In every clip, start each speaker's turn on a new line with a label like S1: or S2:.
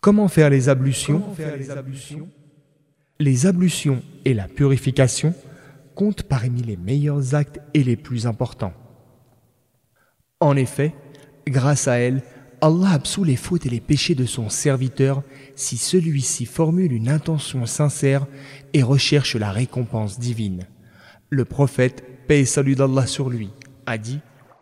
S1: Comment faire les ablutions? Les ablutions et la purification comptent parmi les meilleurs actes et les plus importants. En effet, grâce à elles, Allah absout les fautes et les péchés de son serviteur si celui-ci formule une intention sincère et recherche la récompense divine. Le prophète, paix et salut d'Allah sur lui, a dit: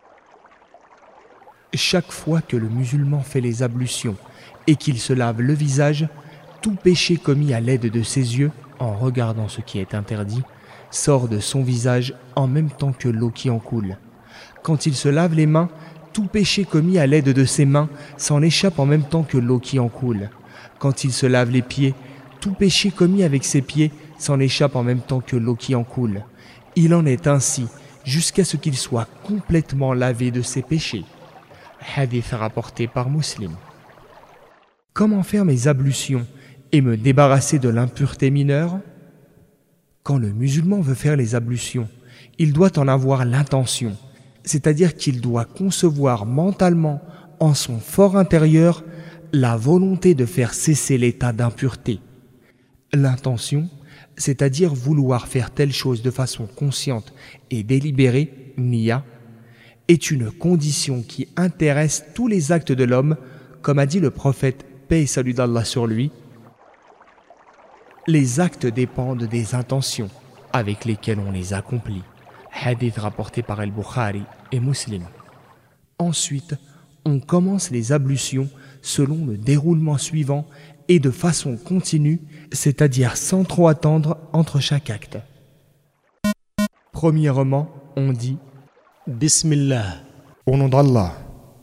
S1: chaque fois que le musulman fait les ablutions et qu'il se lave le visage, tout péché commis à l'aide de ses yeux, en regardant ce qui est interdit, sort de son visage en même temps que l'eau qui en coule. Quand il se lave les mains, tout péché commis à l'aide de ses mains s'en échappe en même temps que l'eau qui en coule. Quand il se lave les pieds, tout péché commis avec ses pieds s'en échappe en même temps que l'eau qui en coule. Il en est ainsi jusqu'à ce qu'il soit complètement lavé de ses péchés. Hadith rapporté par Muslim. Comment faire mes ablutions et me débarrasser de l'impureté mineure? Quand le musulman veut faire les ablutions, il doit en avoir l'intention, c'est-à-dire qu'il doit concevoir mentalement en son fort intérieur la volonté de faire cesser l'état d'impureté. L'intention, c'est-à-dire vouloir faire telle chose de façon consciente et délibérée, niya, est une condition qui intéresse tous les actes de l'homme, comme a dit le prophète, paix et salut d'Allah sur lui. Les actes dépendent des intentions avec lesquelles on les accomplit. Hadith rapporté par Al-Bukhari et Muslim. Ensuite, on commence les ablutions selon le déroulement suivant et de façon continue, c'est-à-dire sans trop attendre entre chaque acte. Premièrement, on dit
S2: Bismillah,
S3: au nom d'Allah.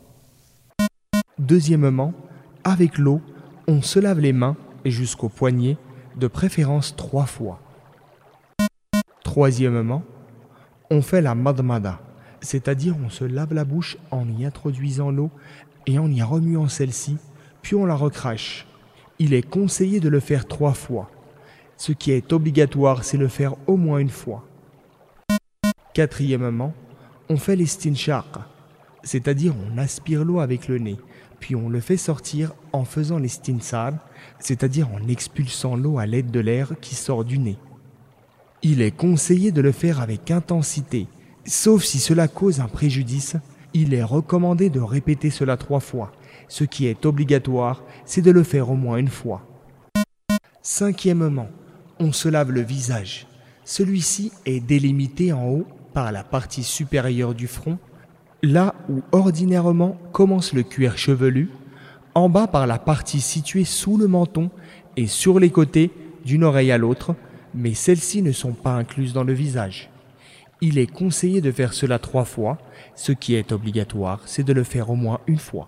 S1: Deuxièmement, avec l'eau, on se lave les mains jusqu'aux poignets, de préférence 3 fois. Troisièmement, on fait la madmada, c'est-à-dire on se lave la bouche en y introduisant l'eau et en y remuant celle-ci, puis on la recrache. Il est conseillé de le faire 3 fois. Ce qui est obligatoire, c'est le faire au moins une fois. Quatrièmement, on fait l'istinshaq, c'est-à-dire on aspire l'eau avec le nez, puis on le fait sortir en faisant l'istinsar, c'est-à-dire en expulsant l'eau à l'aide de l'air qui sort du nez. Il est conseillé de le faire avec intensité, sauf si cela cause un préjudice. Il est recommandé de répéter cela 3 fois. Ce qui est obligatoire, c'est de le faire au moins une fois. Cinquièmement, on se lave le visage. Celui-ci est délimité en haut par la partie supérieure du front, là où ordinairement commence le cuir chevelu, en bas par la partie située sous le menton et sur les côtés d'une oreille à l'autre, mais celles-ci ne sont pas incluses dans le visage. Il est conseillé de faire cela 3 fois. Ce qui est obligatoire, c'est de le faire au moins une fois.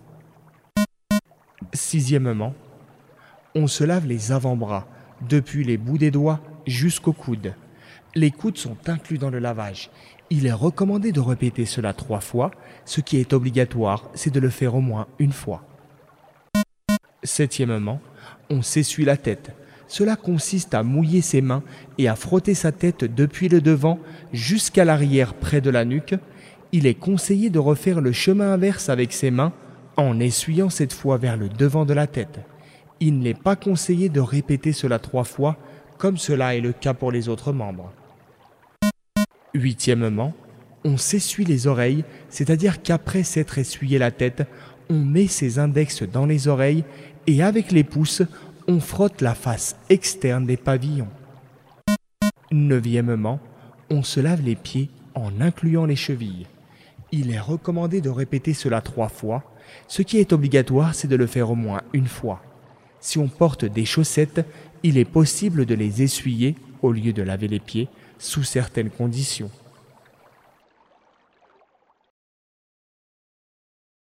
S1: Sixièmement, on se lave les avant-bras, depuis les bouts des doigts jusqu'aux coudes. Les coudes sont inclus dans le lavage. Il est recommandé de répéter cela 3 fois. Ce qui est obligatoire, c'est de le faire au moins une fois. Septièmement, on s'essuie la tête. Cela consiste à mouiller ses mains et à frotter sa tête depuis le devant jusqu'à l'arrière près de la nuque. Il est conseillé de refaire le chemin inverse avec ses mains en essuyant cette fois vers le devant de la tête. Il n'est pas conseillé de répéter cela 3 fois, comme cela est le cas pour les autres membres. Huitièmement, on s'essuie les oreilles, c'est-à-dire qu'après s'être essuyé la tête, on met ses index dans les oreilles et avec les pouces, on frotte la face externe des pavillons. Neuvièmement, on se lave les pieds en incluant les chevilles. Il est recommandé de répéter cela 3 fois. Ce qui est obligatoire, c'est de le faire au moins une fois. Si on porte des chaussettes, il est possible de les essuyer au lieu de laver les pieds sous certaines conditions.